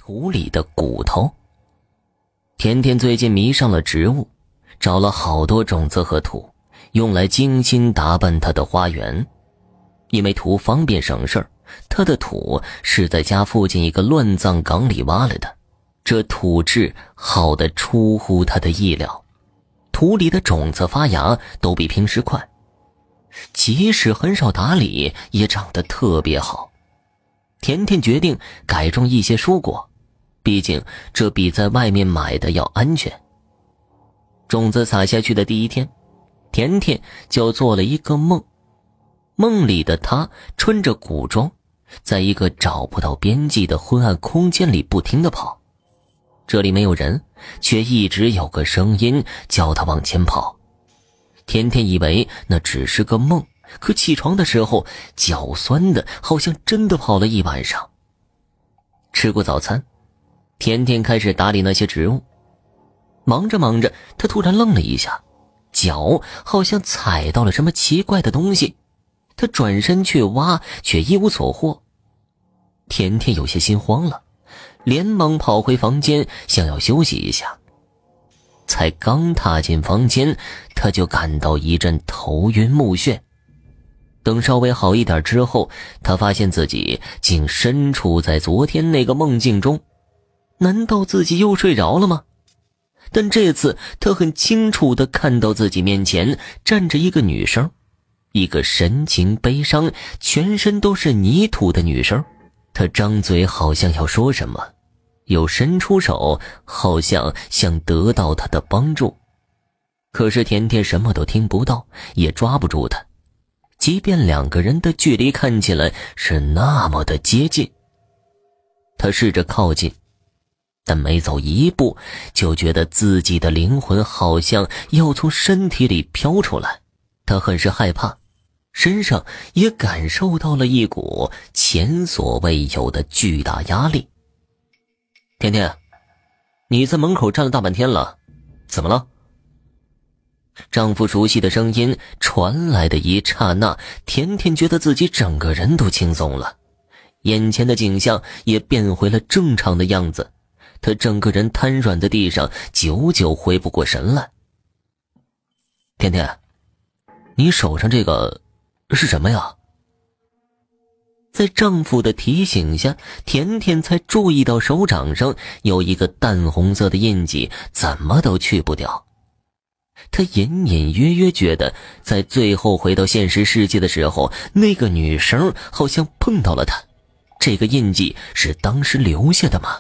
土里的骨头。甜甜最近迷上了植物，找了好多种子和土，用来精心打扮她的花园。因为图方便省事儿，她的土是在家附近一个乱葬岗里挖来的，这土质好得出乎她的意料，土里的种子发芽都比平时快，即使很少打理也长得特别好。甜甜决定改种一些蔬果，毕竟这比在外面买的要安全。种子撒下去的第一天，甜甜就做了一个梦，梦里的她穿着古装，在一个找不到边际的昏暗空间里不停地跑。这里没有人，却一直有个声音叫她往前跑。甜甜以为那只是个梦，可起床的时候脚酸的好像真的跑了一晚上。吃过早餐，甜甜开始打理那些植物。忙着忙着，她突然愣了一下，脚好像踩到了什么奇怪的东西。她转身去挖，却一无所获。甜甜有些心慌了，连忙跑回房间，想要休息一下。才刚踏进房间，她就感到一阵头晕目眩。等稍微好一点之后，她发现自己竟身处在昨天那个梦境中。难道自己又睡着了吗？但这次她很清楚地看到自己面前站着一个女生，一个神情悲伤、全身都是泥土的女生。她张嘴好像要说什么，又伸出手，好像想得到她的帮助。可是甜甜什么都听不到，也抓不住她，即便两个人的距离看起来是那么的接近。她试着靠近，但没走一步，就觉得自己的灵魂好像要从身体里飘出来。她很是害怕，身上也感受到了一股前所未有的巨大压力。甜甜，你在门口站了大半天了，怎么了？丈夫熟悉的声音传来的一刹那，甜甜觉得自己整个人都轻松了，眼前的景象也变回了正常的样子。她整个人瘫软在地上，久久回不过神来。甜甜，你手上这个是什么呀？在丈夫的提醒下，甜甜才注意到手掌上有一个淡红色的印记，怎么都去不掉。她隐隐约约觉得，在最后回到现实世界的时候，那个女生好像碰到了她，这个印记是当时留下的吗？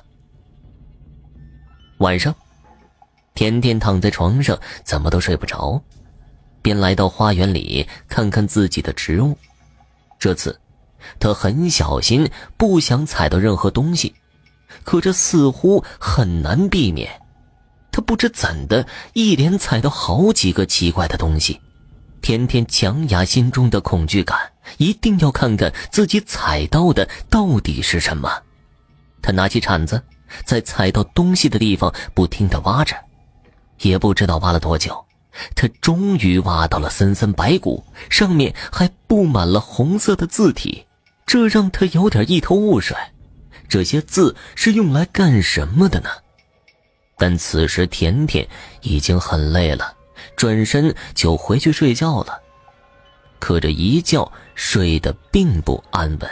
晚上，甜甜躺在床上，怎么都睡不着，便来到花园里看看自己的植物。这次她很小心，不想踩到任何东西，可这似乎很难避免。她不知怎的，一连踩到好几个奇怪的东西。甜甜强压心中的恐惧感，一定要看看自己踩到的到底是什么。她拿起铲子，在踩到东西的地方不停地挖着，也不知道挖了多久，她终于挖到了森森白骨，上面还布满了红色的字体，这让她有点一头雾水。这些字是用来干什么的呢？但此时甜甜已经很累了，转身就回去睡觉了。可这一觉睡得并不安稳。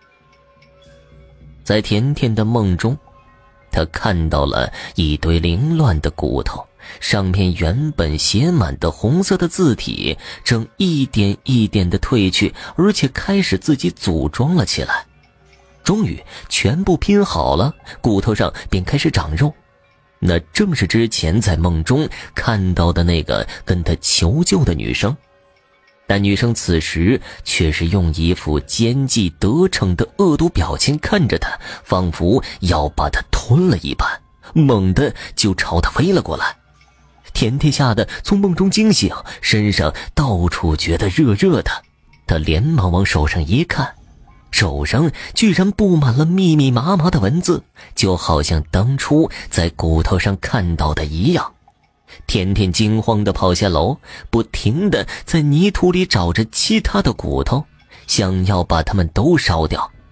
在甜甜的梦中，她看到了一堆凌乱的骨头，上面原本写满的红色的字体正一点一点地褪去，而且开始自己组装了起来。终于全部拼好了，骨头上便开始长肉。那正是之前在梦中看到的那个跟她求救的女生。但女生此时却是用一副奸计得逞的恶毒表情看着她，仿佛要把她吞了一般，猛地就朝她飞了过来。甜甜吓得从梦中惊醒，身上到处觉得热热的。她连忙往手上一看，手上居然布满了密密麻麻的文字，就好像当初在骨头上看到的一样。甜甜惊慌地跑下楼，不停地在泥土里找着其他的骨头，想要把它们都烧掉。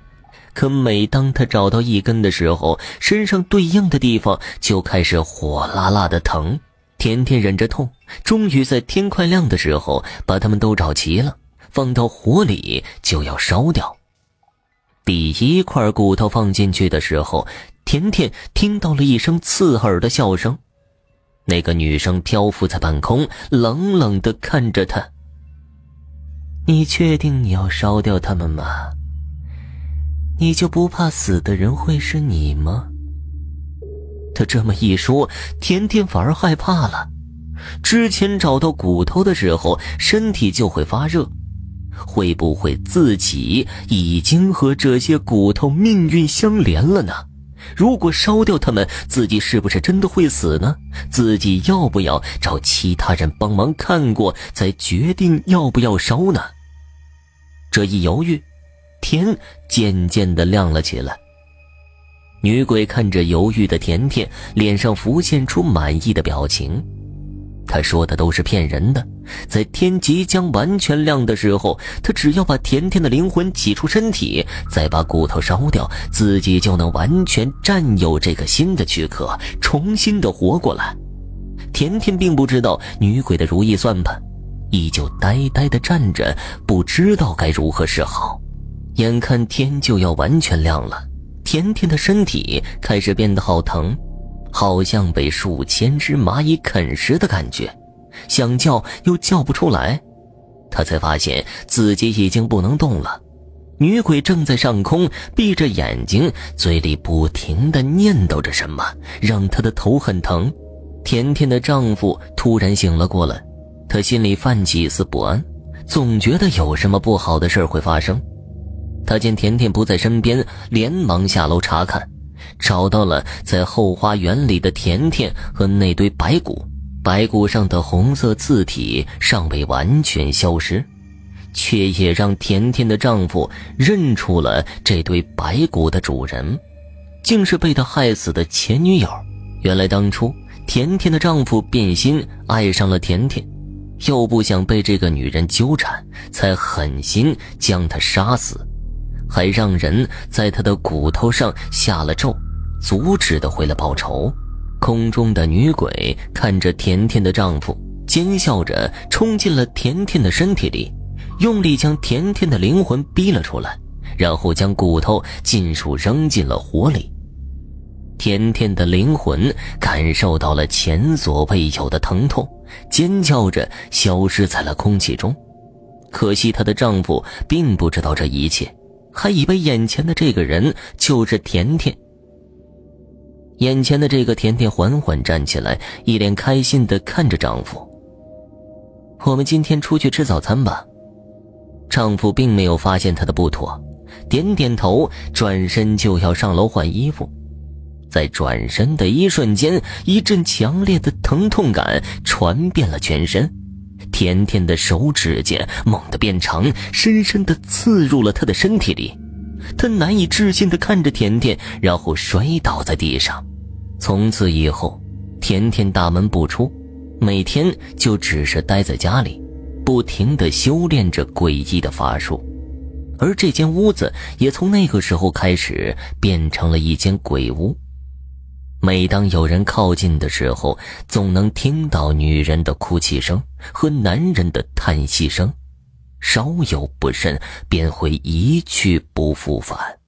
可每当他找到一根的时候，身上对应的地方就开始火辣辣的疼。甜甜忍着痛，终于在天快亮的时候把它们都找齐了，放到火里就要烧掉。第一块骨头放进去的时候，甜甜听到了一声刺耳的笑声。那个女生漂浮在半空，冷冷地看着他。你确定你要烧掉他们吗？你就不怕死的人会是你吗？他这么一说，甜甜反而害怕了。之前找到骨头的时候，身体就会发热，会不会自己已经和这些骨头命运相连了呢？如果烧掉他们，自己是不是真的会死呢？自己要不要找其他人帮忙看过，再决定要不要烧呢？这一犹豫，天渐渐地亮了起来。女鬼看着犹豫的甜甜，脸上浮现出满意的表情。她说的都是骗人的，在天即将完全亮的时候，她只要把甜甜的灵魂挤出身体，再把骨头烧掉，自己就能完全占有这个新的躯壳，重新的活过来。甜甜并不知道女鬼的如意算盘，依旧呆呆地站着，不知道该如何是好。眼看天就要完全亮了，甜甜的身体开始变得好疼，好像被数千只蚂蚁啃食的感觉，想叫又叫不出来。她才发现自己已经不能动了。女鬼正在上空闭着眼睛，嘴里不停地念叨着什么，让她的头很疼。甜甜的丈夫突然醒了过来，他心里泛起一丝不安，总觉得有什么不好的事会发生。他见甜甜不在身边，连忙下楼查看，找到了在后花园里的甜甜和那堆白骨。白骨上的红色字体尚未完全消失，却也让甜甜的丈夫认出了这堆白骨的主人，竟是被他害死的前女友。原来当初甜甜的丈夫变心爱上了甜甜，又不想被这个女人纠缠，才狠心将她杀死，还让人在她的骨头上下了咒，阻止她回来报仇。空中的女鬼看着甜甜的丈夫，奸笑着冲进了甜甜的身体里，用力将甜甜的灵魂逼了出来，然后将骨头尽数扔进了火里。甜甜的灵魂感受到了前所未有的疼痛，尖叫着消失在了空气中。可惜她的丈夫并不知道这一切，还以为眼前的这个人就是甜甜。眼前的这个甜甜缓缓站起来，一脸开心地看着丈夫。我们今天出去吃早餐吧。丈夫并没有发现她的不妥，点点头，转身就要上楼换衣服。在转身的一瞬间，一阵强烈的疼痛感传遍了全身，甜甜的手指甲猛地变长，深深地刺入了她的身体里。她难以置信地看着甜甜，然后摔倒在地上。从此以后，甜甜大门不出，每天就只是待在家里，不停地修炼着诡异的法术。而这间屋子也从那个时候开始变成了一间鬼屋。每当有人靠近的时候，总能听到女人的哭泣声和男人的叹息声，稍有不慎便会一去不复返。